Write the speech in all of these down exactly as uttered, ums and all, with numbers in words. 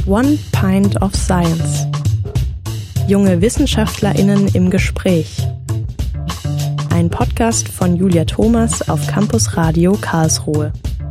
One Pint of Science. Junge WissenschaftlerInnen im Gespräch. Ein Podcast von Julia Thomas auf Campus Radio Karlsruhe.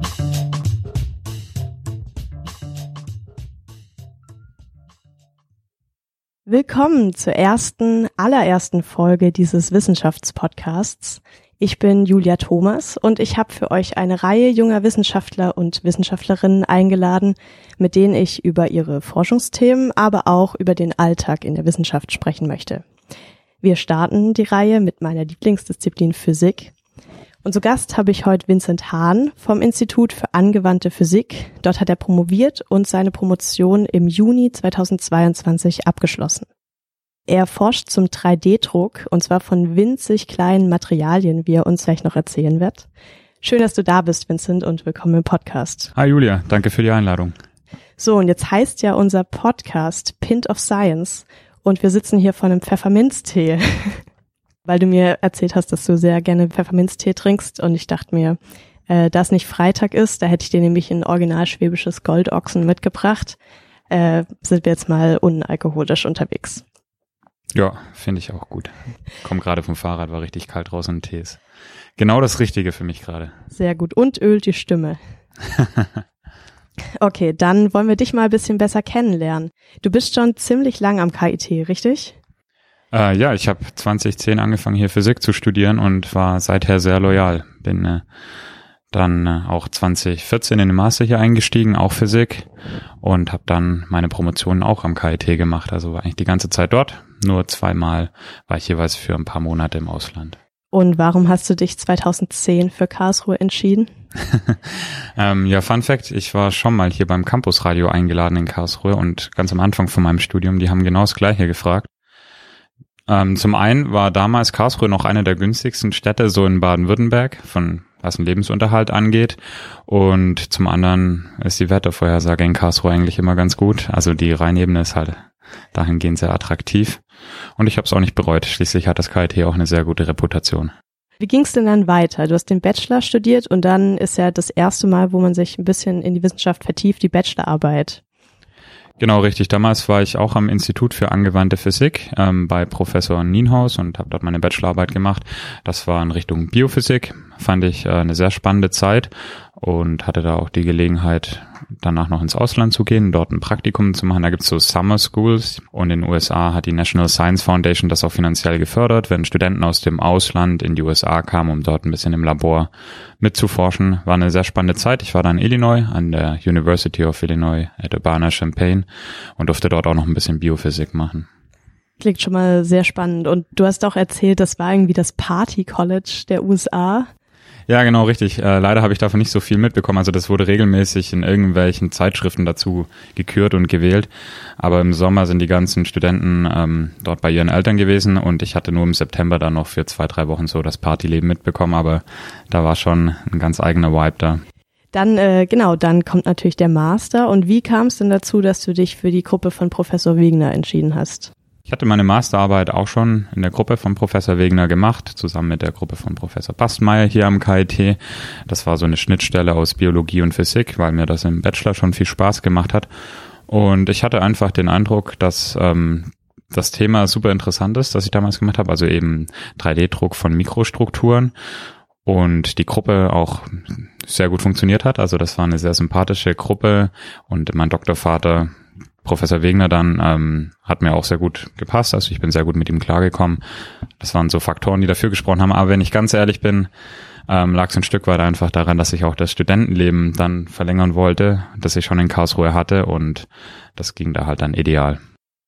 Willkommen zur ersten, allerersten Folge dieses Wissenschaftspodcasts. Ich bin Julia Thomas und ich habe für euch eine Reihe junger Wissenschaftler und Wissenschaftlerinnen eingeladen, mit denen ich über ihre Forschungsthemen, aber auch über den Alltag in der Wissenschaft sprechen möchte. Wir starten die Reihe mit meiner Lieblingsdisziplin Physik. Und zu Gast habe ich heute Vincent Hahn vom Institut für angewandte Physik. Dort hat er promoviert und seine Promotion im Juni zweitausendzweiundzwanzig abgeschlossen. Er forscht zum drei D Druck und zwar von winzig kleinen Materialien, wie er uns gleich noch erzählen wird. Schön, dass du da bist, Vincent, und willkommen im Podcast. Hi Julia, danke für die Einladung. So, und jetzt heißt ja unser Podcast Pint of Science und wir sitzen hier vor einem Pfefferminztee, weil du mir erzählt hast, dass du sehr gerne Pfefferminztee trinkst und ich dachte mir, äh, da es nicht Freitag ist, da hätte ich dir nämlich ein original schwäbisches Goldochsen mitgebracht, äh, sind wir jetzt mal unalkoholisch unterwegs. Ja, finde ich auch gut. Komm gerade vom Fahrrad, war richtig kalt draußen und Tee ist genau das Richtige für mich gerade. Sehr gut. Und ölt die Stimme. Okay, dann wollen wir dich mal ein bisschen besser kennenlernen. Du bist schon ziemlich lang am K I T, richtig? Äh, ja, ich habe zwanzig zehn angefangen hier Physik zu studieren und war seither sehr loyal. Bin äh, dann äh, auch zwanzig vierzehn in den Master hier eingestiegen, auch Physik, und habe dann meine Promotion auch am K I T gemacht. Also war eigentlich die ganze Zeit dort. Nur zweimal war ich jeweils für ein paar Monate im Ausland. Und warum hast du dich zweitausendzehn für Karlsruhe entschieden? ähm, ja, Fun Fact, ich war schon mal hier beim Campus Radio eingeladen in Karlsruhe und ganz am Anfang von meinem Studium, die haben genau das Gleiche gefragt. Ähm, zum einen war damals Karlsruhe noch eine der günstigsten Städte so in Baden-Württemberg, von was den Lebensunterhalt angeht, und zum anderen ist die Wettervorhersage in Karlsruhe eigentlich immer ganz gut. Also die Rheinebene ist halt dahingehend sehr attraktiv und ich habe es auch nicht bereut. Schließlich hat das K I T auch eine sehr gute Reputation. Wie ging es denn dann weiter? Du hast den Bachelor studiert und dann ist ja das erste Mal, wo man sich ein bisschen in die Wissenschaft vertieft, die Bachelorarbeit. Genau, richtig. Damals war ich auch am Institut für angewandte Physik ähm, bei Professor Nienhaus und habe dort meine Bachelorarbeit gemacht. Das war in Richtung Biophysik. Fand ich äh, eine sehr spannende Zeit und hatte da auch die Gelegenheit, danach noch ins Ausland zu gehen, dort ein Praktikum zu machen. Da gibt's so Summer Schools und in den U S A hat die National Science Foundation das auch finanziell gefördert, wenn Studenten aus dem Ausland in die U S A kamen, um dort ein bisschen im Labor mitzuforschen. War eine sehr spannende Zeit. Ich war da in Illinois an der University of Illinois at Urbana-Champaign und durfte dort auch noch ein bisschen Biophysik machen. Klingt schon mal sehr spannend. Und du hast auch erzählt, das war irgendwie das Party College der U S A. Ja, genau, richtig. Äh, leider habe ich davon nicht so viel mitbekommen. Also das wurde regelmäßig in irgendwelchen Zeitschriften dazu gekürt und gewählt. Aber im Sommer sind die ganzen Studenten ähm, dort bei ihren Eltern gewesen und ich hatte nur im September dann noch für zwei, drei Wochen so das Partyleben mitbekommen. Aber da war schon ein ganz eigener Vibe da. Dann, äh, genau, dann kommt natürlich der Master. Und wie kam es denn dazu, dass du dich für die Gruppe von Professor Wegener entschieden hast? Ich hatte meine Masterarbeit auch schon in der Gruppe von Professor Wegener gemacht, zusammen mit der Gruppe von Professor Bastmeier hier am K I T. Das war so eine Schnittstelle aus Biologie und Physik, weil mir das im Bachelor schon viel Spaß gemacht hat. Und ich hatte einfach den Eindruck, dass ähm, das Thema super interessant ist, das ich damals gemacht habe, also eben drei D Druck von Mikrostrukturen. Und die Gruppe auch sehr gut funktioniert hat. Also das war eine sehr sympathische Gruppe und mein Doktorvater Professor Wegener dann ähm, hat mir auch sehr gut gepasst, also ich bin sehr gut mit ihm klargekommen. Das waren so Faktoren, die dafür gesprochen haben, aber wenn ich ganz ehrlich bin, ähm, lag es ein Stück weit einfach daran, dass ich auch das Studentenleben dann verlängern wollte, das ich schon in Karlsruhe hatte und das ging da halt dann ideal.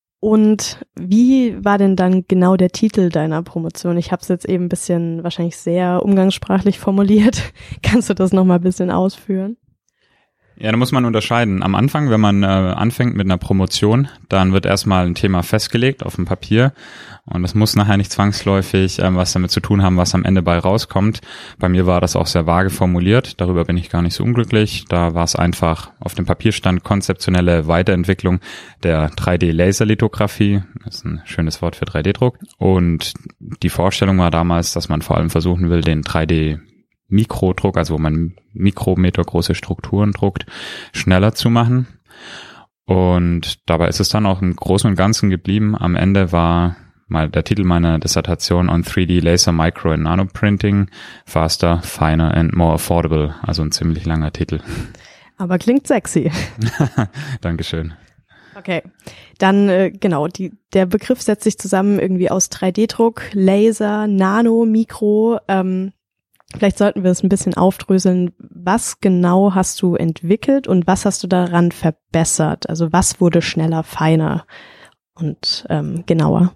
Und wie war denn dann genau der Titel deiner Promotion? Ich habe es jetzt eben ein bisschen wahrscheinlich sehr umgangssprachlich formuliert. Kannst du das nochmal ein bisschen ausführen? Ja, da muss man unterscheiden. Am Anfang, wenn man äh, anfängt mit einer Promotion, dann wird erstmal ein Thema festgelegt auf dem Papier und das muss nachher nicht zwangsläufig äh, was damit zu tun haben, was am Ende bei rauskommt. Bei mir war das auch sehr vage formuliert, darüber bin ich gar nicht so unglücklich. Da war es einfach auf dem Papier stand konzeptionelle Weiterentwicklung der drei D Laserlithografie, das ist ein schönes Wort für drei D Druck, und die Vorstellung war damals, dass man vor allem versuchen will, den drei D Mikrodruck, also wo man Mikrometer große Strukturen druckt, schneller zu machen. Und dabei ist es dann auch im Großen und Ganzen geblieben. Am Ende war mal der Titel meiner Dissertation on three D Laser Micro and Nanoprinting, Faster, Finer and More Affordable. Also ein ziemlich langer Titel. Aber klingt sexy. Dankeschön. Okay, dann äh, genau, die, der Begriff setzt sich zusammen irgendwie aus drei D Druck, Laser, Nano, Mikro. Ähm, vielleicht sollten wir es ein bisschen aufdröseln. Was genau hast du entwickelt und was hast du daran verbessert? Also was wurde schneller, feiner und ähm, genauer?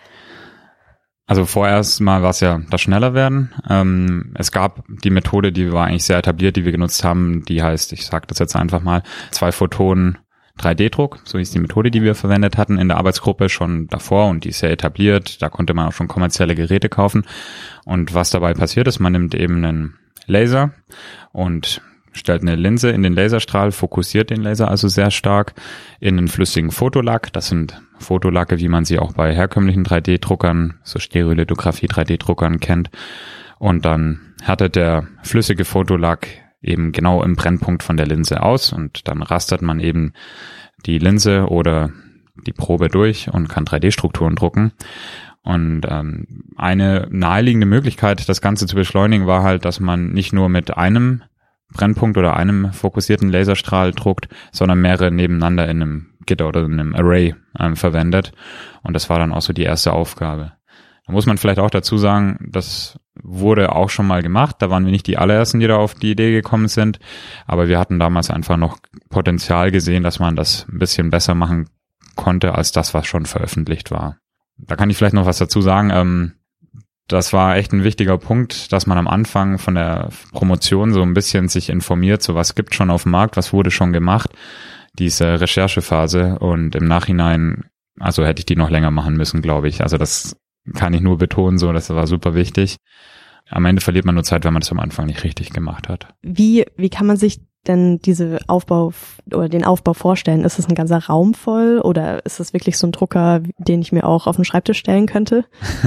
Also vorerst mal war es ja das Schnellerwerden. Ähm, es gab die Methode, die war eigentlich sehr etabliert, die wir genutzt haben, die heißt, ich sage das jetzt einfach mal, zwei Photonen drei D Druck, so hieß die Methode, die wir verwendet hatten in der Arbeitsgruppe schon davor und die ist sehr etabliert, da konnte man auch schon kommerzielle Geräte kaufen. Und was dabei passiert ist, man nimmt eben einen Laser und stellt eine Linse in den Laserstrahl, fokussiert den Laser also sehr stark in einen flüssigen Fotolack. Das sind Fotolacke, wie man sie auch bei herkömmlichen drei D Druckern, so Stereolithografie drei D Druckern kennt. Und dann härtet der flüssige Fotolack eben genau im Brennpunkt von der Linse aus und dann rastert man eben die Linse oder die Probe durch und kann drei D Strukturen drucken. Und ähm, eine naheliegende Möglichkeit, das Ganze zu beschleunigen, war halt, dass man nicht nur mit einem Brennpunkt oder einem fokussierten Laserstrahl druckt, sondern mehrere nebeneinander in einem Gitter oder in einem Array ähm, verwendet. Und das war dann auch so die erste Aufgabe. Da muss man vielleicht auch dazu sagen, das wurde auch schon mal gemacht. Da waren wir nicht die allerersten, die da auf die Idee gekommen sind. Aber wir hatten damals einfach noch Potenzial gesehen, dass man das ein bisschen besser machen konnte, als das, was schon veröffentlicht war. Da kann ich vielleicht noch was dazu sagen. Ähm, das war echt ein wichtiger Punkt, dass man am Anfang von der Promotion so ein bisschen sich informiert, so was gibt schon auf dem Markt, was wurde schon gemacht, diese Recherchephase. Und im Nachhinein, also hätte ich die noch länger machen müssen, glaube ich. Also das kann ich nur betonen, so, das war super wichtig. Am Ende verliert man nur Zeit, wenn man das am Anfang nicht richtig gemacht hat. Wie, wie kann man sich denn diese Aufbau oder den Aufbau vorstellen? Ist es ein ganzer Raum voll oder ist es wirklich so ein Drucker, den ich mir auch auf den Schreibtisch stellen könnte?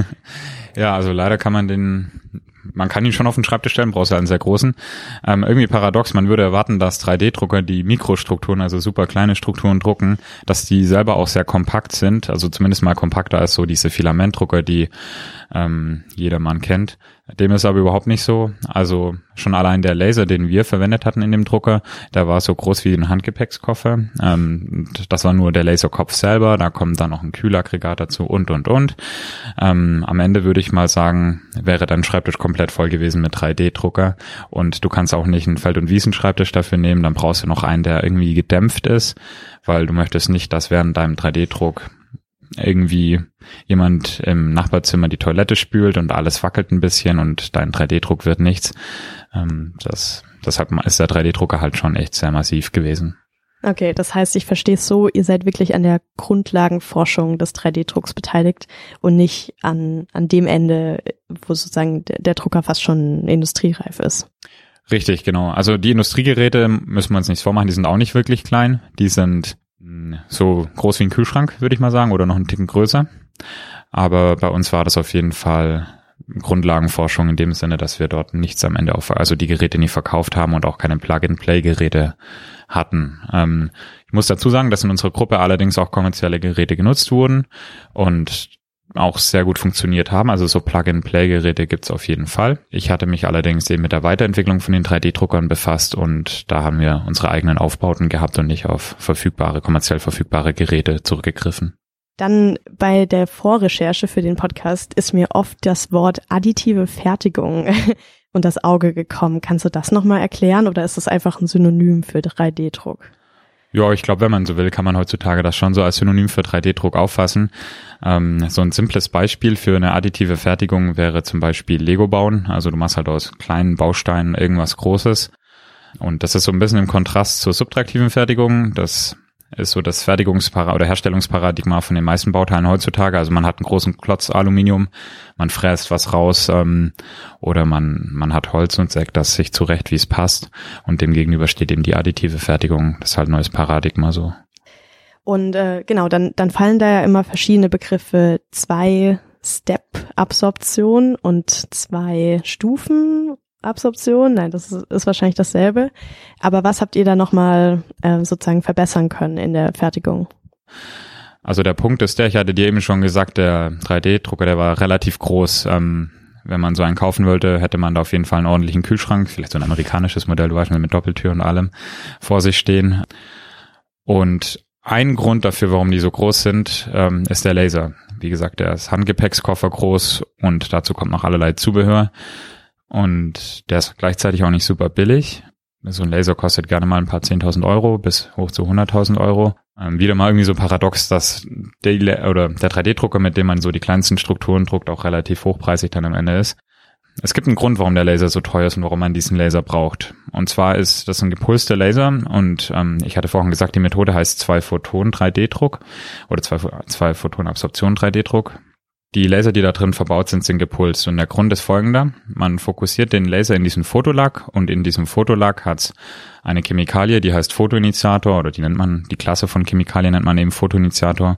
Ja, also leider kann man den, man kann ihn schon auf den Schreibtisch stellen, brauchst ja einen sehr großen. Ähm, irgendwie paradox, man würde erwarten, dass drei D Drucker die Mikrostrukturen, also super kleine Strukturen drucken, dass die selber auch sehr kompakt sind, also zumindest mal kompakter als so diese Filamentdrucker, die ähm, jedermann kennt. Dem ist aber überhaupt nicht so. Also schon allein der Laser, den wir verwendet hatten in dem Drucker, der war so groß wie ein Handgepäckskoffer. Ähm, das war nur der Laserkopf selber, da kommt dann noch ein Kühlaggregat dazu und, und, und. Ähm, am Ende würde ich mal sagen, wäre dein Schreibtisch komplett voll gewesen mit drei D Drucker und du kannst auch nicht einen Feld- und Wiesenschreibtisch dafür nehmen, dann brauchst du noch einen, der irgendwie gedämpft ist, weil du möchtest nicht, dass während deinem drei D Druck irgendwie jemand im Nachbarzimmer die Toilette spült und alles wackelt ein bisschen und dein drei D Druck wird nichts. Ähm, das, deshalb ist der drei D Drucker halt schon echt sehr massiv gewesen. Okay, das heißt, ich verstehe es so, ihr seid wirklich an der Grundlagenforschung des drei D Drucks beteiligt und nicht an, an dem Ende, wo sozusagen der, der Drucker fast schon industriereif ist. Richtig, genau. Also die Industriegeräte müssen wir uns nichts vormachen, die sind auch nicht wirklich klein. Die sind so groß wie ein Kühlschrank, würde ich mal sagen, oder noch einen Ticken größer. Aber bei uns war das auf jeden Fall Grundlagenforschung in dem Sinne, dass wir dort nichts am Ende auf, also die Geräte nie verkauft haben und auch keine Plug-and-Play-Geräte hatten. Ähm, ich muss dazu sagen, dass in unserer Gruppe allerdings auch kommerzielle Geräte genutzt wurden und auch sehr gut funktioniert haben. Also so Plug-and-Play-Geräte gibt's auf jeden Fall. Ich hatte mich allerdings eben mit der Weiterentwicklung von den drei D Druckern befasst und da haben wir unsere eigenen Aufbauten gehabt und nicht auf verfügbare, kommerziell verfügbare Geräte zurückgegriffen. Dann bei der Vorrecherche für den Podcast ist mir oft das Wort additive Fertigung und das Auge gekommen. Kannst du das nochmal erklären oder ist das einfach ein Synonym für drei D Druck? Ja, ich glaube, wenn man so will, kann man heutzutage das schon so als Synonym für drei D Druck auffassen. Ähm, so ein simples Beispiel für eine additive Fertigung wäre zum Beispiel Lego bauen. Also du machst halt aus kleinen Bausteinen irgendwas Großes. Und das ist so ein bisschen im Kontrast zur subtraktiven Fertigung. Das ist so das Fertigungspara- oder Herstellungsparadigma von den meisten Bauteilen heutzutage. Also man hat einen großen Klotz Aluminium, man fräst was raus ähm, oder man man hat Holz und sägt das sich zurecht, wie es passt. Und dem gegenüber steht eben die additive Fertigung. Das ist halt ein neues Paradigma so. Und äh, genau, dann dann fallen da ja immer verschiedene Begriffe, zwei Step-Absorption und zwei Stufen. Photonabsorption? Nein, das ist, ist wahrscheinlich dasselbe. Aber was habt ihr da nochmal äh, sozusagen verbessern können in der Fertigung? Also der Punkt ist der, ich hatte dir eben schon gesagt, der drei D-Drucker, der war relativ groß. Ähm, wenn man so einen kaufen wollte, hätte man da auf jeden Fall einen ordentlichen Kühlschrank, vielleicht so ein amerikanisches Modell, du weißt, mit Doppeltür und allem, vor sich stehen. Und ein Grund dafür, warum die so groß sind, ähm, ist der Laser. Wie gesagt, der ist Handgepäckskoffer groß und dazu kommt noch allerlei Zubehör. Und der ist gleichzeitig auch nicht super billig. So ein Laser kostet gerne mal ein paar zehntausend Euro bis hoch zu hunderttausend Euro. Ähm, wieder mal irgendwie so paradox, dass der, oder der drei D-Drucker, mit dem man so die kleinsten Strukturen druckt, auch relativ hochpreisig dann am Ende ist. Es gibt einen Grund, warum der Laser so teuer ist und warum man diesen Laser braucht. Und zwar ist das ein gepulster Laser und ähm, ich hatte vorhin gesagt, die Methode heißt Zwei-Photon-drei D-Druck oder Zwei-Photon-Absorption-drei D-Druck. Die Laser, die da drin verbaut sind, sind gepulst und der Grund ist folgender. Man fokussiert den Laser in diesen Fotolack und in diesem Fotolack hat es eine Chemikalie, die heißt Photoinitiator oder die nennt man, die Klasse von Chemikalien nennt man eben Photoinitiator.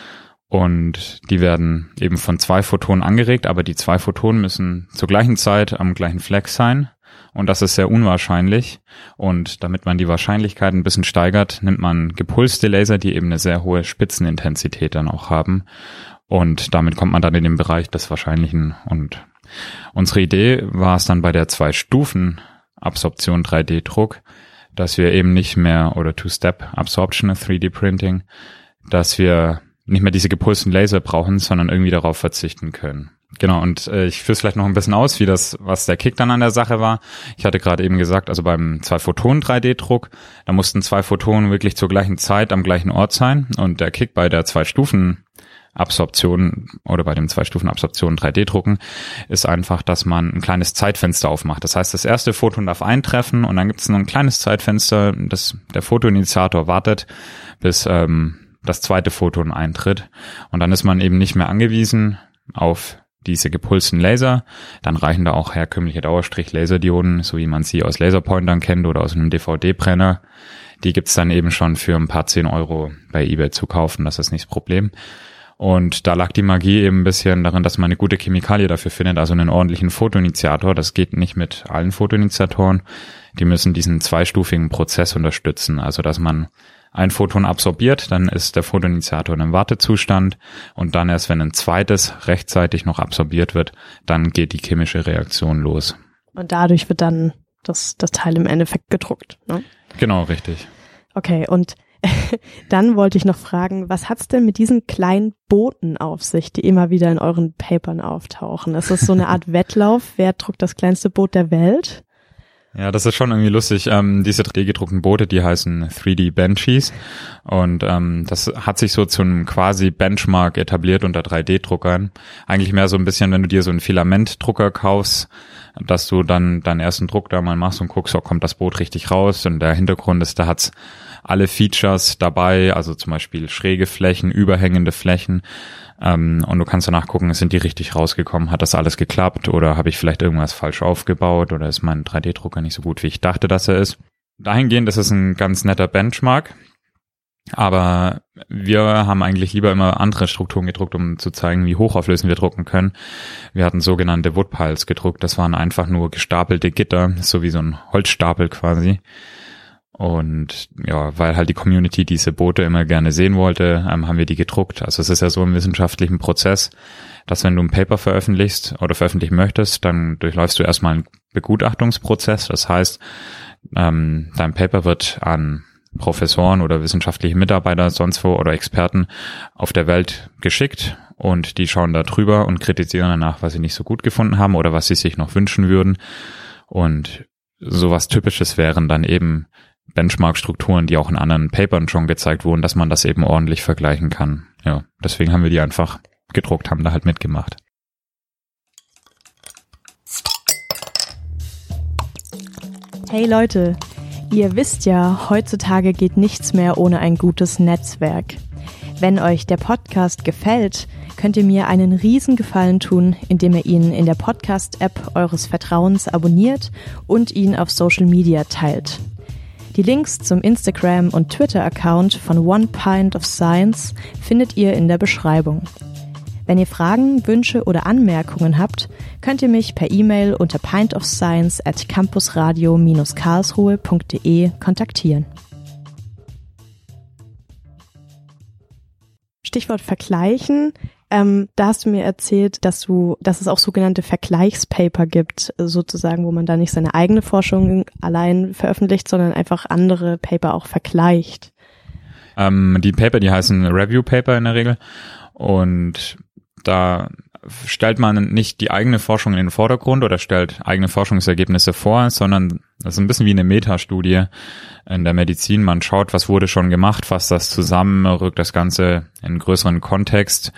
Und die werden eben von zwei Photonen angeregt, aber die zwei Photonen müssen zur gleichen Zeit am gleichen Fleck sein. Und das ist sehr unwahrscheinlich. Und damit man die Wahrscheinlichkeit ein bisschen steigert, nimmt man gepulste Laser, die eben eine sehr hohe Spitzenintensität dann auch haben. Und damit kommt man dann in den Bereich des Wahrscheinlichen. Und unsere Idee war es dann bei der Zwei-Stufen-Absorption drei D-Druck, dass wir eben nicht mehr, oder Two-Step-Absorption, drei D-Printing, dass wir nicht mehr diese gepulsten Laser brauchen, sondern irgendwie darauf verzichten können. Genau, und äh, ich führe es vielleicht noch ein bisschen aus, wie das, was der Kick dann an der Sache war. Ich hatte gerade eben gesagt, also beim Zwei-Photonen-drei D-Druck, da mussten zwei Photonen wirklich zur gleichen Zeit am gleichen Ort sein. Und der Kick bei der Zwei-Stufen-Absorption oder bei dem Zwei-Stufen-Absorption drei D-Drucken ist einfach, dass man ein kleines Zeitfenster aufmacht. Das heißt, das erste Photon darf eintreffen und dann gibt es noch ein kleines Zeitfenster, das der Photoinitiator wartet, bis ähm, das zweite Photon eintritt. Und dann ist man eben nicht mehr angewiesen auf diese gepulsten Laser. Dann reichen da auch herkömmliche Dauerstrich-Laserdioden, so wie man sie aus Laserpointern kennt oder aus einem D V D-Brenner. Die gibt's dann eben schon für ein paar zehn Euro bei eBay zu kaufen. Das ist nicht das Problem. Und da lag die Magie eben ein bisschen darin, dass man eine gute Chemikalie dafür findet, also einen ordentlichen Photoinitiator. Das geht nicht mit allen Photoinitiatoren. Die müssen diesen zweistufigen Prozess unterstützen, also dass man ein Photon absorbiert, dann ist der Photoinitiator in einem Wartezustand und dann erst, wenn ein zweites rechtzeitig noch absorbiert wird, dann geht die chemische Reaktion los. Und dadurch wird dann das, das Teil im Endeffekt gedruckt, ne? Genau, richtig. Okay, und dann wollte ich noch fragen, was hat's denn mit diesen kleinen Booten auf sich, die immer wieder in euren Papern auftauchen? Ist das so eine Art Wettlauf? Wer druckt das kleinste Boot der Welt? Ja, das ist schon irgendwie lustig. Ähm, diese drei D-gedruckten Boote, die heißen drei D Banshees und ähm, das hat sich so zu einem quasi Benchmark etabliert unter drei D-Druckern. Eigentlich mehr so ein bisschen, wenn du dir so einen Filamentdrucker kaufst, dass du dann deinen ersten Druck da mal machst und guckst, oh, kommt das Boot richtig raus. Und der Hintergrund ist, da hat's alle Features dabei, also zum Beispiel schräge Flächen, überhängende Flächen. Ähm, und du kannst danach gucken, sind die richtig rausgekommen, hat das alles geklappt oder habe ich vielleicht irgendwas falsch aufgebaut oder ist mein drei D-Drucker nicht so gut, wie ich dachte, dass er ist. Dahingehend ist es ein ganz netter Benchmark, aber wir haben eigentlich lieber immer andere Strukturen gedruckt, um zu zeigen, wie hochauflösend wir drucken können. Wir hatten sogenannte Woodpiles gedruckt, das waren einfach nur gestapelte Gitter, so wie so ein Holzstapel quasi. Und ja, weil halt die Community diese Boote immer gerne sehen wollte, ähm, haben wir die gedruckt. Also es ist ja so im wissenschaftlichen Prozess, dass wenn du ein Paper veröffentlichst oder veröffentlichen möchtest, dann durchläufst du erstmal einen Begutachtungsprozess. Das heißt, ähm, dein Paper wird an Professoren oder wissenschaftliche Mitarbeiter sonst wo oder Experten auf der Welt geschickt und die schauen da drüber und kritisieren danach, was sie nicht so gut gefunden haben oder was sie sich noch wünschen würden. Und sowas Typisches wären dann eben Benchmark-Strukturen, die auch in anderen Papern schon gezeigt wurden, dass man das eben ordentlich vergleichen kann. Ja, deswegen haben wir die einfach gedruckt, haben da halt mitgemacht. Hey Leute, ihr wisst ja, heutzutage geht nichts mehr ohne ein gutes Netzwerk. Wenn euch der Podcast gefällt, könnt ihr mir einen riesen Gefallen tun, indem ihr ihn in der Podcast-App eures Vertrauens abonniert und ihn auf Social Media teilt. Die Links zum Instagram- und Twitter-Account von One Pint of Science findet ihr in der Beschreibung. Wenn ihr Fragen, Wünsche oder Anmerkungen habt, könnt ihr mich per E-Mail unter pintofscience at campusradio dash karlsruhe punkt de kontaktieren. Stichwort Vergleichen. Ähm, da hast du mir erzählt, dass du, dass es auch sogenannte Vergleichspaper gibt, sozusagen, wo man da nicht seine eigene Forschung allein veröffentlicht, sondern einfach andere Paper auch vergleicht. Ähm, die Paper, die heißen Review Paper in der Regel, und da stellt man nicht die eigene Forschung in den Vordergrund oder stellt eigene Forschungsergebnisse vor, sondern das ist ein bisschen wie eine Metastudie in der Medizin. Man schaut, was wurde schon gemacht, fasst das zusammen, rückt das Ganze in einen größeren Kontext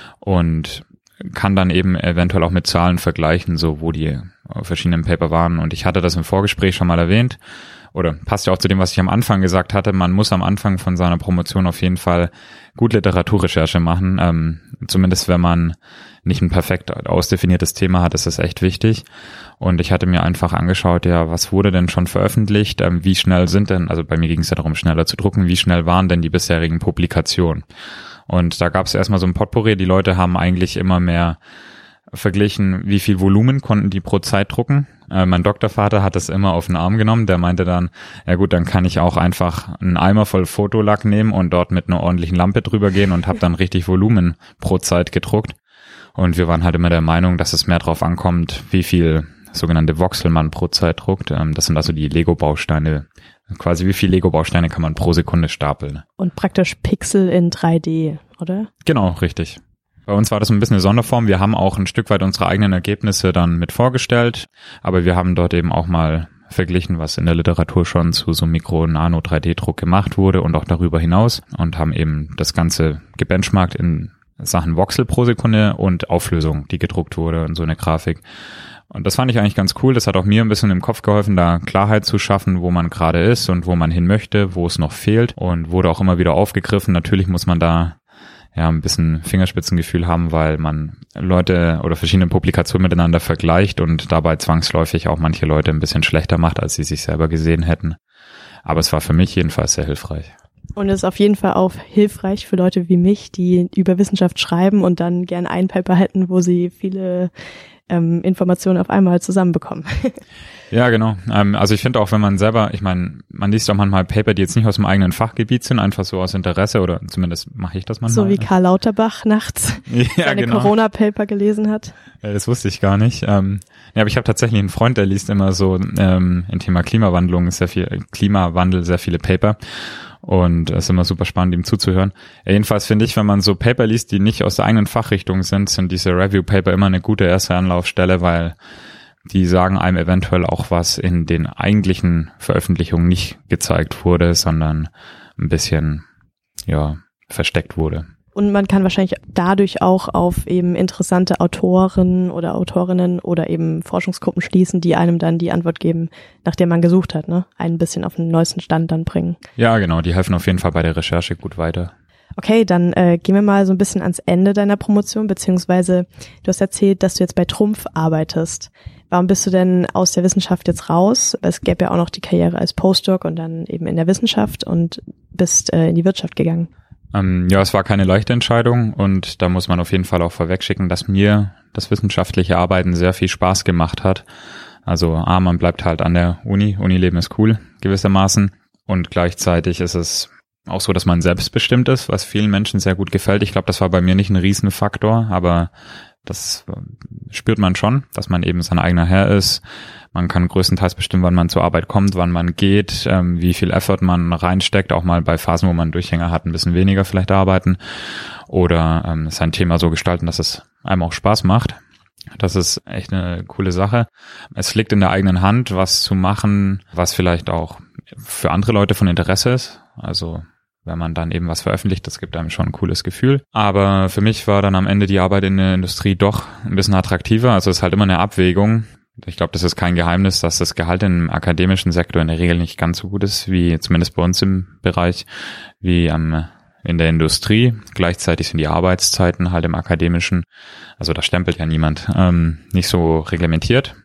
und kann dann eben eventuell auch mit Zahlen vergleichen, so wo die verschiedenen Paper waren. Und ich hatte das im Vorgespräch schon mal erwähnt, oder passt ja auch zu dem, was ich am Anfang gesagt hatte, man muss am Anfang von seiner Promotion auf jeden Fall gut Literaturrecherche machen. Ähm, zumindest wenn man nicht ein perfekt ausdefiniertes Thema hat, ist das echt wichtig. Und ich hatte mir einfach angeschaut, ja, was wurde denn schon veröffentlicht, ähm, wie schnell sind denn, also bei mir ging es ja darum, schneller zu drucken, wie schnell waren denn die bisherigen Publikationen? Und da gab es erstmal so ein Potpourri, die Leute haben eigentlich immer mehr verglichen, wie viel Volumen konnten die pro Zeit drucken. Äh, mein Doktorvater hat das immer auf den Arm genommen, der meinte dann, ja gut, dann kann ich auch einfach einen Eimer voll Fotolack nehmen und dort mit einer ordentlichen Lampe drüber gehen und habe dann richtig Volumen pro Zeit gedruckt. Und wir waren halt immer der Meinung, dass es mehr drauf ankommt, wie viel sogenannte Voxel man pro Zeit druckt. Ähm, das sind also die Lego-Bausteine. Quasi wie viel Lego-Bausteine kann man pro Sekunde stapeln. Und praktisch Pixel in drei D, oder? Genau, richtig. Bei uns war das ein bisschen eine Sonderform. Wir haben auch ein Stück weit unsere eigenen Ergebnisse dann mit vorgestellt, aber wir haben dort eben auch mal verglichen, was in der Literatur schon zu so Mikro-Nano-drei D Druck gemacht wurde und auch darüber hinaus, und haben eben das Ganze gebenchmarkt in Sachen Voxel pro Sekunde und Auflösung, die gedruckt wurde, und so eine Grafik. Und das fand ich eigentlich ganz cool. Das hat auch mir ein bisschen im Kopf geholfen, da Klarheit zu schaffen, wo man gerade ist und wo man hin möchte, wo es noch fehlt, und wurde auch immer wieder aufgegriffen. Natürlich muss man da ja ein bisschen Fingerspitzengefühl haben, weil man Leute oder verschiedene Publikationen miteinander vergleicht und dabei zwangsläufig auch manche Leute ein bisschen schlechter macht, als sie sich selber gesehen hätten. Aber es war für mich jedenfalls sehr hilfreich. Und es ist auf jeden Fall auch hilfreich für Leute wie mich, die über Wissenschaft schreiben und dann gern ein Paper hätten, wo sie viele ähm, Informationen auf einmal zusammenbekommen. Ja, genau. Ähm, also ich finde auch, wenn man selber, ich meine, man liest auch manchmal Paper, die jetzt nicht aus dem eigenen Fachgebiet sind, einfach so aus Interesse, oder zumindest mache ich das manchmal. So wie Karl Lauterbach nachts ja, seine genau. Corona-Paper gelesen hat. Ja, das wusste ich gar nicht. Ähm, ja, aber ich habe tatsächlich einen Freund, der liest immer so ähm, im Thema Klimawandlung sehr viel, Klimawandel sehr viele Paper. Und es ist immer super spannend, ihm zuzuhören. Ja, jedenfalls finde ich, wenn man so Paper liest, die nicht aus der eigenen Fachrichtung sind, sind diese Review-Paper immer eine gute erste Anlaufstelle, weil die sagen einem eventuell auch, was in den eigentlichen Veröffentlichungen nicht gezeigt wurde, sondern ein bisschen, ja, versteckt wurde. Und man kann wahrscheinlich dadurch auch auf eben interessante Autoren oder Autorinnen oder eben Forschungsgruppen schließen, die einem dann die Antwort geben, nach der man gesucht hat, ne? Ein bisschen auf den neuesten Stand dann bringen. Ja, genau, die helfen auf jeden Fall bei der Recherche gut weiter. Okay, dann äh, gehen wir mal so ein bisschen ans Ende deiner Promotion, beziehungsweise du hast erzählt, dass du jetzt bei Trumpf arbeitest. Warum bist du denn aus der Wissenschaft jetzt raus? Es gäbe ja auch noch die Karriere als Postdoc und dann eben in der Wissenschaft, und bist äh, in die Wirtschaft gegangen. Ähm, ja, es war keine leichte Entscheidung, und da muss man auf jeden Fall auch vorwegschicken, dass mir das wissenschaftliche Arbeiten sehr viel Spaß gemacht hat. Also A, man bleibt halt an der Uni, Unileben ist cool gewissermaßen, und gleichzeitig ist es auch so, dass man selbstbestimmt ist, was vielen Menschen sehr gut gefällt. Ich glaube, das war bei mir nicht ein Riesenfaktor, aber das spürt man schon, dass man eben sein eigener Herr ist. Man kann größtenteils bestimmen, wann man zur Arbeit kommt, wann man geht, ähm, wie viel Effort man reinsteckt, auch mal bei Phasen, wo man Durchhänger hat, ein bisschen weniger vielleicht arbeiten oder ähm, sein Thema so gestalten, dass es einem auch Spaß macht. Das ist echt eine coole Sache. Es liegt in der eigenen Hand, was zu machen, was vielleicht auch für andere Leute von Interesse ist. Also wenn man dann eben was veröffentlicht, das gibt einem schon ein cooles Gefühl. Aber für mich war dann am Ende die Arbeit in der Industrie doch ein bisschen attraktiver. Also es ist halt immer eine Abwägung. Ich glaube, das ist kein Geheimnis, dass das Gehalt im akademischen Sektor in der Regel nicht ganz so gut ist, wie zumindest bei uns im Bereich, wie am in der Industrie. Gleichzeitig sind die Arbeitszeiten halt im Akademischen, also da stempelt ja niemand, ähm, nicht so reglementiert.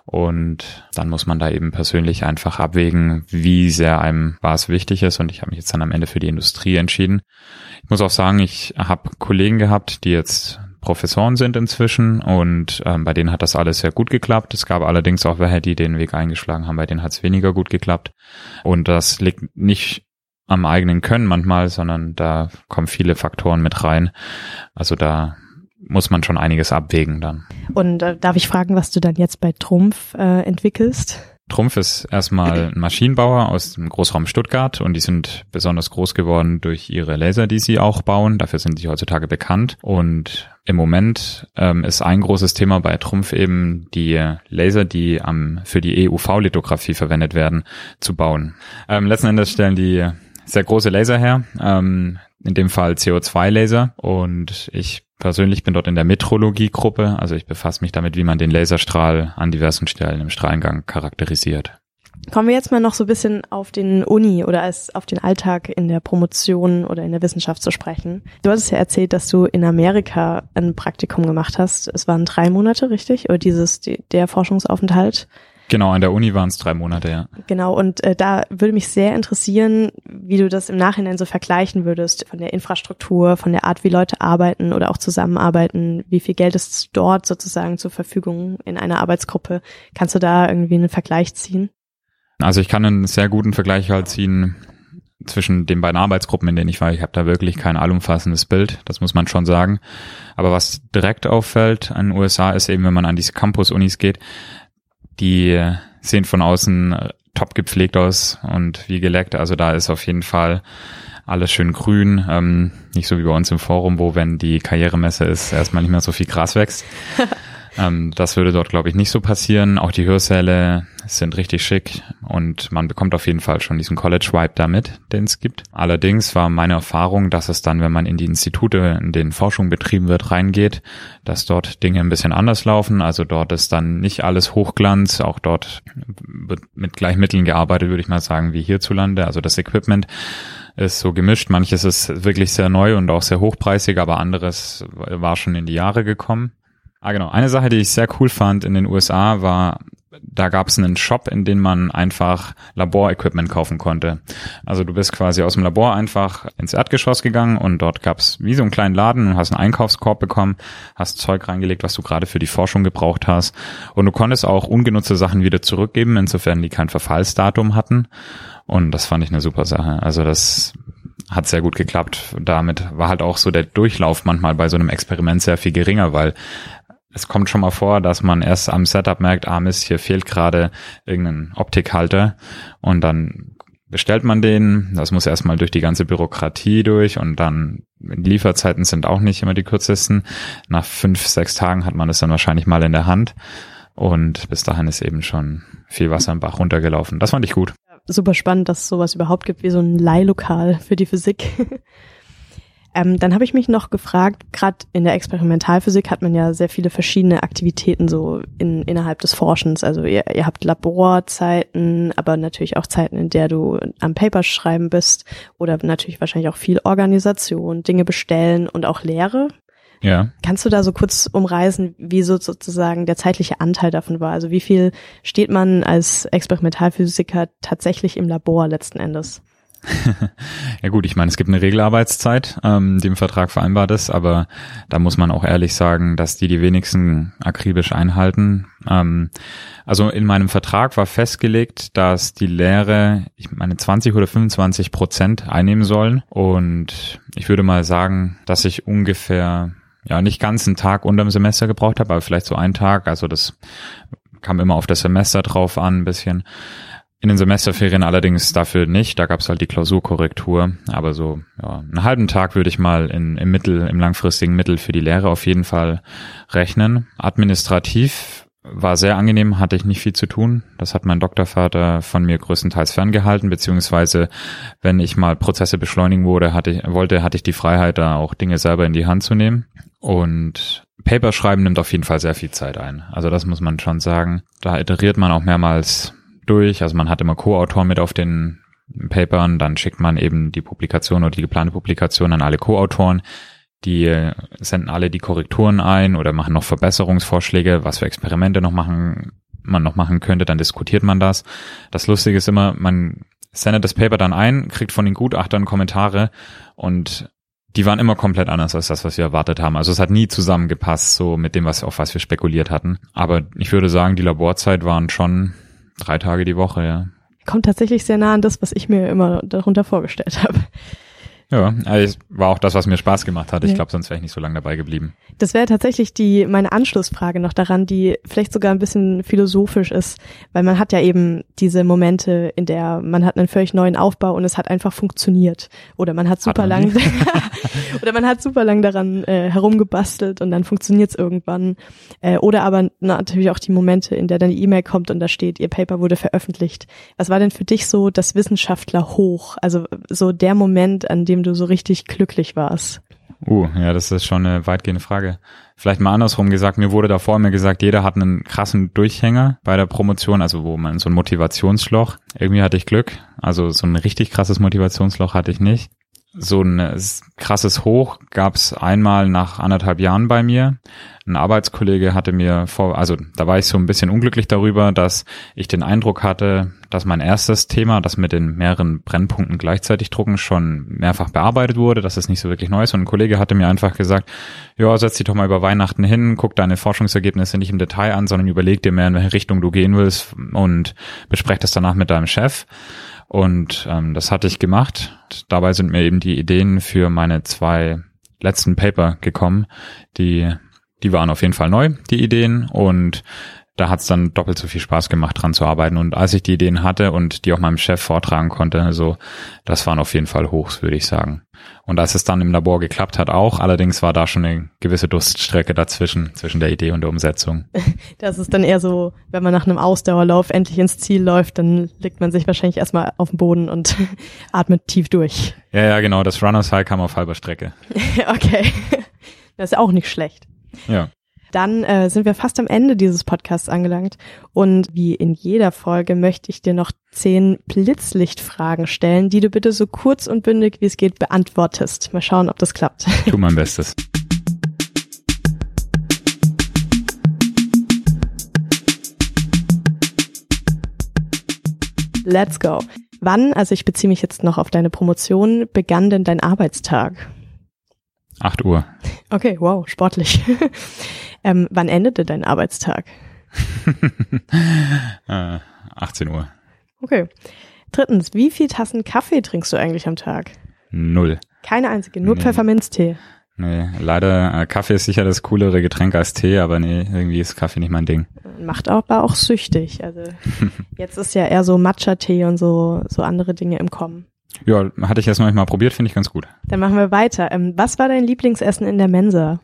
Und dann muss man da eben persönlich einfach abwägen, wie sehr einem was wichtig ist. Und ich habe mich jetzt dann am Ende für die Industrie entschieden. Ich muss auch sagen, ich habe Kollegen gehabt, die jetzt Professoren sind inzwischen und ähm, bei denen hat das alles sehr gut geklappt. Es gab allerdings auch welche, die den Weg eingeschlagen haben, bei denen hat es weniger gut geklappt. Und das liegt nicht am eigenen Können manchmal, sondern da kommen viele Faktoren mit rein. Also da muss man schon einiges abwägen dann. Und äh, darf ich fragen, was du dann jetzt bei Trumpf äh, entwickelst? Trumpf ist erstmal ein Maschinenbauer aus dem Großraum Stuttgart und die sind besonders groß geworden durch ihre Laser, die sie auch bauen. Dafür sind sie heutzutage bekannt. Und im Moment ähm, ist ein großes Thema bei Trumpf eben die Laser, die am für die E U V-Lithografie verwendet werden, zu bauen. Ähm, letzten Endes stellen die sehr große Laser her, ähm, in dem Fall C O zwei Laser, und ich persönlich bin dort in der Metrologie-Gruppe, also ich befasse mich damit, wie man den Laserstrahl an diversen Stellen im Strahlengang charakterisiert. Kommen wir jetzt mal noch so ein bisschen auf den Uni oder als auf den Alltag in der Promotion oder in der Wissenschaft zu sprechen. Du hattest ja erzählt, dass du in Amerika ein Praktikum gemacht hast. Es waren drei Monate, richtig? Oder dieses, der Forschungsaufenthalt? Genau, an der Uni waren es drei Monate, ja. Genau, und äh, da würde mich sehr interessieren, wie du das im Nachhinein so vergleichen würdest, von der Infrastruktur, von der Art, wie Leute arbeiten oder auch zusammenarbeiten, wie viel Geld ist dort sozusagen zur Verfügung in einer Arbeitsgruppe. Kannst du da irgendwie einen Vergleich ziehen? Also ich kann einen sehr guten Vergleich halt ziehen zwischen den beiden Arbeitsgruppen, in denen ich war. Ich habe da wirklich kein allumfassendes Bild, das muss man schon sagen. Aber was direkt auffällt an den U S A ist eben, wenn man an diese Campus-Unis geht, die sehen von außen top gepflegt aus und wie geleckt. Also da ist auf jeden Fall alles schön grün. Ähm, nicht so wie bei uns im Forum, wo, wenn die Karrieremesse ist, erstmal nicht mehr so viel Gras wächst. ähm, das würde dort, glaube ich, nicht so passieren. Auch die Hörsäle sind richtig schick und man bekommt auf jeden Fall schon diesen College-Vibe damit, den es gibt. Allerdings war meine Erfahrung, dass es dann, wenn man in die Institute, in denen Forschung betrieben wird, reingeht, dass dort Dinge ein bisschen anders laufen. Also dort ist dann nicht alles Hochglanz. Auch dort wird mit Gleichmitteln gearbeitet, würde ich mal sagen, wie hierzulande. Also das Equipment ist so gemischt. Manches ist wirklich sehr neu und auch sehr hochpreisig, aber anderes war schon in die Jahre gekommen. Ah, genau. Eine Sache, die ich sehr cool fand in den U S A war, da gab es einen Shop, in dem man einfach Laborequipment kaufen konnte. Also du bist quasi aus dem Labor einfach ins Erdgeschoss gegangen und dort gab es wie so einen kleinen Laden und hast einen Einkaufskorb bekommen, hast Zeug reingelegt, was du gerade für die Forschung gebraucht hast. Und du konntest auch ungenutzte Sachen wieder zurückgeben, insofern die kein Verfallsdatum hatten. Und das fand ich eine super Sache. Also das hat sehr gut geklappt. Damit war halt auch so der Durchlauf manchmal bei so einem Experiment sehr viel geringer, weil es kommt schon mal vor, dass man erst am Setup merkt, ah Mist, hier fehlt gerade irgendein Optikhalter und dann bestellt man den. Das muss erstmal durch die ganze Bürokratie durch und dann die Lieferzeiten sind auch nicht immer die kürzesten. Nach fünf, sechs Tagen hat man das dann wahrscheinlich mal in der Hand und bis dahin ist eben schon viel Wasser im Bach runtergelaufen. Das fand ich gut. Super spannend, dass es sowas überhaupt gibt wie so ein Leihlokal für die Physik. Ähm, dann habe ich mich noch gefragt, gerade in der Experimentalphysik hat man ja sehr viele verschiedene Aktivitäten so in, innerhalb des Forschens. Also ihr, ihr habt Laborzeiten, aber natürlich auch Zeiten, in der du am Paper schreiben bist oder natürlich wahrscheinlich auch viel Organisation, Dinge bestellen und auch Lehre. Ja. Kannst du da so kurz umreißen, wie so sozusagen der zeitliche Anteil davon war? Also wie viel steht man als Experimentalphysiker tatsächlich im Labor letzten Endes? Ja gut, ich meine, es gibt eine Regelarbeitszeit, ähm, die im Vertrag vereinbart ist, aber da muss man auch ehrlich sagen, dass die die wenigsten akribisch einhalten. Ähm, also in meinem Vertrag war festgelegt, dass die Lehre, ich meine, zwanzig oder fünfundzwanzig Prozent einnehmen sollen und ich würde mal sagen, dass ich ungefähr, ja, nicht ganz einen Tag unterm Semester gebraucht habe, aber vielleicht so einen Tag, also das kam immer auf das Semester drauf an, ein bisschen. In den Semesterferien allerdings dafür nicht, da gab es halt die Klausurkorrektur, aber so ja, einen halben Tag würde ich mal in, im Mittel, im langfristigen Mittel für die Lehre auf jeden Fall rechnen. Administrativ war sehr angenehm, hatte ich nicht viel zu tun. Das hat mein Doktorvater von mir größtenteils ferngehalten, beziehungsweise wenn ich mal Prozesse beschleunigen wurde, hatte ich, wollte, hatte ich die Freiheit, da auch Dinge selber in die Hand zu nehmen. Und Paper schreiben nimmt auf jeden Fall sehr viel Zeit ein. Also das muss man schon sagen. Da iteriert man auch mehrmals durch, also man hat immer Co-Autoren mit auf den Papern, dann schickt man eben die Publikation oder die geplante Publikation an alle Co-Autoren, die senden alle die Korrekturen ein oder machen noch Verbesserungsvorschläge, was für Experimente noch machen, man noch machen könnte, dann diskutiert man das. Das Lustige ist immer, man sendet das Paper dann ein, kriegt von den Gutachtern Kommentare und die waren immer komplett anders als das, was wir erwartet haben. Also es hat nie zusammengepasst, so mit dem, was auf was wir spekuliert hatten. Aber ich würde sagen, die Laborzeit waren schon drei Tage die Woche, ja. Kommt tatsächlich sehr nah an das, was ich mir immer darunter vorgestellt habe. Ja, also war auch das, was mir Spaß gemacht hat. Ich glaube, sonst wäre ich nicht so lange dabei geblieben. Das wäre tatsächlich die meine Anschlussfrage noch daran, die vielleicht sogar ein bisschen philosophisch ist, weil man hat ja eben diese Momente, in der man hat einen völlig neuen Aufbau und es hat einfach funktioniert. Oder man hat super lang oder man hat super lang daran äh, herumgebastelt und dann funktioniert es irgendwann. Äh, oder aber na, natürlich auch die Momente, in der dann die E-Mail kommt und da steht, ihr Paper wurde veröffentlicht. Was war denn für dich so das Wissenschaftler hoch? Also so der Moment, an dem du so richtig glücklich warst? Uh, ja, das ist schon eine weitgehende Frage. Vielleicht mal andersrum gesagt, mir wurde davor immer gesagt, jeder hat einen krassen Durchhänger bei der Promotion, also wo man so ein Motivationsloch. Irgendwie hatte ich Glück, also so ein richtig krasses Motivationsloch hatte ich nicht. So ein krasses Hoch gab es einmal nach anderthalb Jahren bei mir. Ein Arbeitskollege hatte mir vor, also da war ich so ein bisschen unglücklich darüber, dass ich den Eindruck hatte, dass mein erstes Thema, das mit den mehreren Brennpunkten gleichzeitig drucken, schon mehrfach bearbeitet wurde, dass es nicht so wirklich neu ist. Und ein Kollege hatte mir einfach gesagt, ja, setz dich doch mal über Weihnachten hin, guck deine Forschungsergebnisse nicht im Detail an, sondern überleg dir mehr, in welche Richtung du gehen willst und besprech das danach mit deinem Chef. Und ähm, das hatte ich gemacht. Dabei sind mir eben die Ideen für meine zwei letzten Paper gekommen. Die, die waren auf jeden Fall neu, die Ideen. Und da hat es dann doppelt so viel Spaß gemacht, dran zu arbeiten. Und als ich die Ideen hatte und die auch meinem Chef vortragen konnte, also das waren auf jeden Fall Hochs, würde ich sagen. Und als es dann im Labor geklappt hat auch, allerdings war da schon eine gewisse Durststrecke dazwischen, zwischen der Idee und der Umsetzung. Das ist dann eher so, wenn man nach einem Ausdauerlauf endlich ins Ziel läuft, dann legt man sich wahrscheinlich erstmal auf den Boden und atmet tief durch. Ja, ja, genau, das Runners High kam auf halber Strecke. Okay, das ist auch nicht schlecht. Ja. Dann äh, sind wir fast am Ende dieses Podcasts angelangt und wie in jeder Folge möchte ich dir noch zehn Blitzlichtfragen stellen, die du bitte so kurz und bündig wie es geht beantwortest. Mal schauen, ob das klappt. Tu mein Bestes. Let's go. Wann, also ich beziehe mich jetzt noch auf deine Promotion, begann denn dein Arbeitstag? acht Uhr. Okay, wow, sportlich. ähm, wann endete dein Arbeitstag? äh, achtzehn Uhr. Okay. Drittens, wie viel Tassen Kaffee trinkst du eigentlich am Tag? Null. Keine einzige, nur nee. Pfefferminztee. Nee, leider, äh, Kaffee ist sicher das coolere Getränk als Tee, aber nee, irgendwie ist Kaffee nicht mein Ding. Macht aber auch süchtig. Also jetzt ist ja eher so Matcha-Tee und so, so andere Dinge im Kommen. Ja, hatte ich erst noch nicht mal probiert, finde ich ganz gut. Dann machen wir weiter. Ähm, was war dein Lieblingsessen in der Mensa?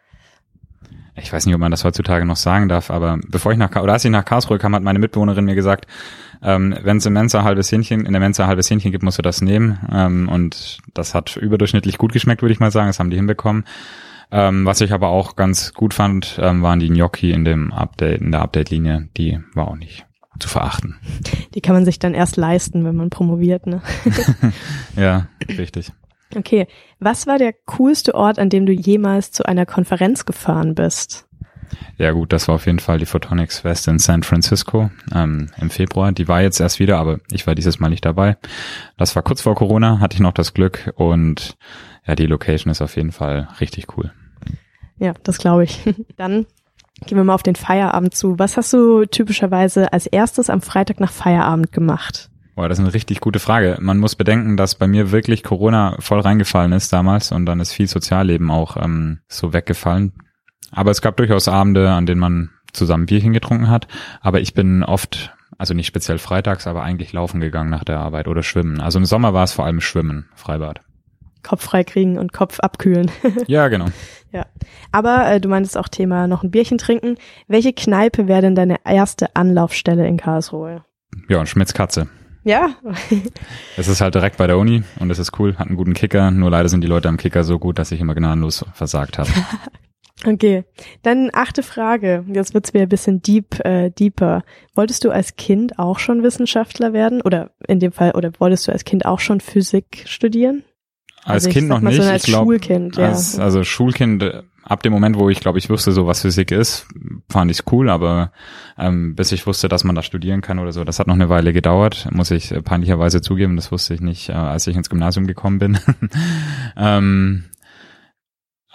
Ich weiß nicht, ob man das heutzutage noch sagen darf, aber bevor ich nach, oder als ich nach Karlsruhe kam, hat meine Mitbewohnerin mir gesagt, ähm, wenn es im Mensa halbes Hähnchen, in der Mensa halbes Hähnchen gibt, musst du das nehmen. Ähm, und das hat überdurchschnittlich gut geschmeckt, würde ich mal sagen. Das haben die hinbekommen. Ähm, was ich aber auch ganz gut fand, ähm, waren die Gnocchi in dem Update, in der Update-Linie. Die war auch nicht zu verachten. Die kann man sich dann erst leisten, wenn man promoviert, ne? Ja, richtig. Okay, was war der coolste Ort, an dem du jemals zu einer Konferenz gefahren bist? Ja gut, das war auf jeden Fall die Photonics Fest in San Francisco ähm, im Februar. Die war jetzt erst wieder, aber ich war dieses Mal nicht dabei. Das war kurz vor Corona, hatte ich noch das Glück und ja, die Location ist auf jeden Fall richtig cool. Ja, das glaube ich. Dann gehen wir mal auf den Feierabend zu. Was hast du typischerweise als erstes am Freitag nach Feierabend gemacht? Boah, das ist eine richtig gute Frage. Man muss bedenken, dass bei mir wirklich Corona voll reingefallen ist damals und dann ist viel Sozialleben auch ähm, so weggefallen. Aber es gab durchaus Abende, an denen man zusammen Bierchen getrunken hat. Aber ich bin oft, also nicht speziell freitags, aber eigentlich laufen gegangen nach der Arbeit oder schwimmen. Also im Sommer war es vor allem Schwimmen, Freibad. Kopf frei kriegen und Kopf abkühlen. Ja, genau. Ja, aber äh, du meintest auch Thema noch ein Bierchen trinken. Welche Kneipe wäre denn deine erste Anlaufstelle in Karlsruhe? Ja, Schmitz Katze. Ja. Es ist halt direkt bei der Uni und es ist cool, hat einen guten Kicker. Nur leider sind die Leute am Kicker so gut, dass ich immer gnadenlos versagt habe. Okay, dann achte Frage. Jetzt wird's wieder ein bisschen deep, äh, deeper. Wolltest du als Kind auch schon Wissenschaftler werden? Oder in dem Fall, oder wolltest du als Kind auch schon Physik studieren? Als also Kind noch nicht. So als ich glaub, Schulkind, ja. Als, also Schulkind, ab dem Moment, wo ich glaube, ich wusste so, was Physik ist, fand ich's cool, aber ähm, bis ich wusste, dass man da studieren kann oder so, das hat noch eine Weile gedauert, muss ich peinlicherweise zugeben, das wusste ich nicht, äh, als ich ins Gymnasium gekommen bin. ähm,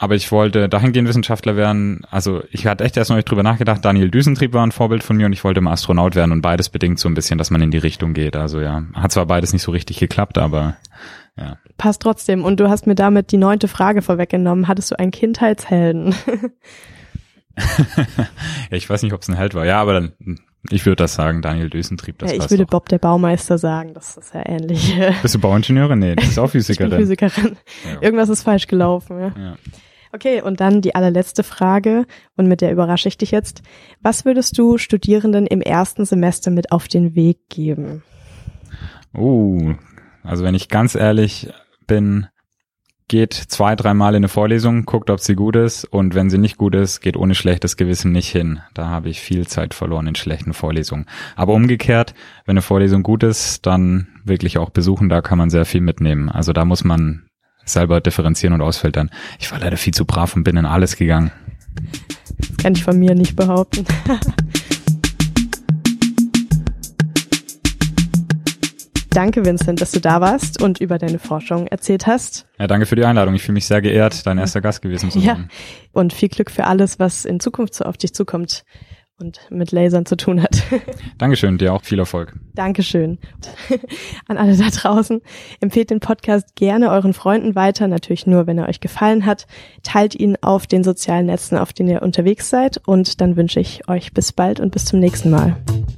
aber ich wollte dahingehend Wissenschaftler werden, also ich hatte echt erst noch nicht drüber nachgedacht, Daniel Düsentrieb war ein Vorbild von mir und ich wollte mal Astronaut werden und beides bedingt so ein bisschen, dass man in die Richtung geht. Also ja, hat zwar beides nicht so richtig geklappt, aber ja. Passt trotzdem. Und du hast mir damit die neunte Frage vorweggenommen. Hattest du einen Kindheitshelden? Ja, ich weiß nicht, ob es ein Held war. Ja, aber dann, ich würde das sagen, Daniel Düsentrieb, das ja, passt ich würde doch. Bob der Baumeister sagen, das ist ja ähnlich. Bist du Bauingenieurin? Nee, du bist auch Physikerin. Ich bin Physikerin. Ja. Irgendwas ist falsch gelaufen. Ja. Ja. Okay, und dann die allerletzte Frage, und mit der überrasche ich dich jetzt. Was würdest du Studierenden im ersten Semester mit auf den Weg geben? Uh, also wenn ich ganz ehrlich bin, geht zwei, dreimal in eine Vorlesung, guckt, ob sie gut ist und wenn sie nicht gut ist, geht ohne schlechtes Gewissen nicht hin. Da habe ich viel Zeit verloren in schlechten Vorlesungen. Aber umgekehrt, wenn eine Vorlesung gut ist, dann wirklich auch besuchen, da kann man sehr viel mitnehmen. Also da muss man selber differenzieren und ausfiltern. Ich war leider viel zu brav und bin in alles gegangen. Das kann ich von mir nicht behaupten. Danke, Vincent, dass du da warst und über deine Forschung erzählt hast. Ja, danke für die Einladung. Ich fühle mich sehr geehrt, dein erster Gast gewesen zu sein. Ja, und viel Glück für alles, was in Zukunft so auf dich zukommt und mit Lasern zu tun hat. Dankeschön, dir auch viel Erfolg. Dankeschön. An alle da draußen, empfehlt den Podcast gerne euren Freunden weiter, natürlich nur, wenn er euch gefallen hat. Teilt ihn auf den sozialen Netzen, auf denen ihr unterwegs seid, und dann wünsche ich euch bis bald und bis zum nächsten Mal.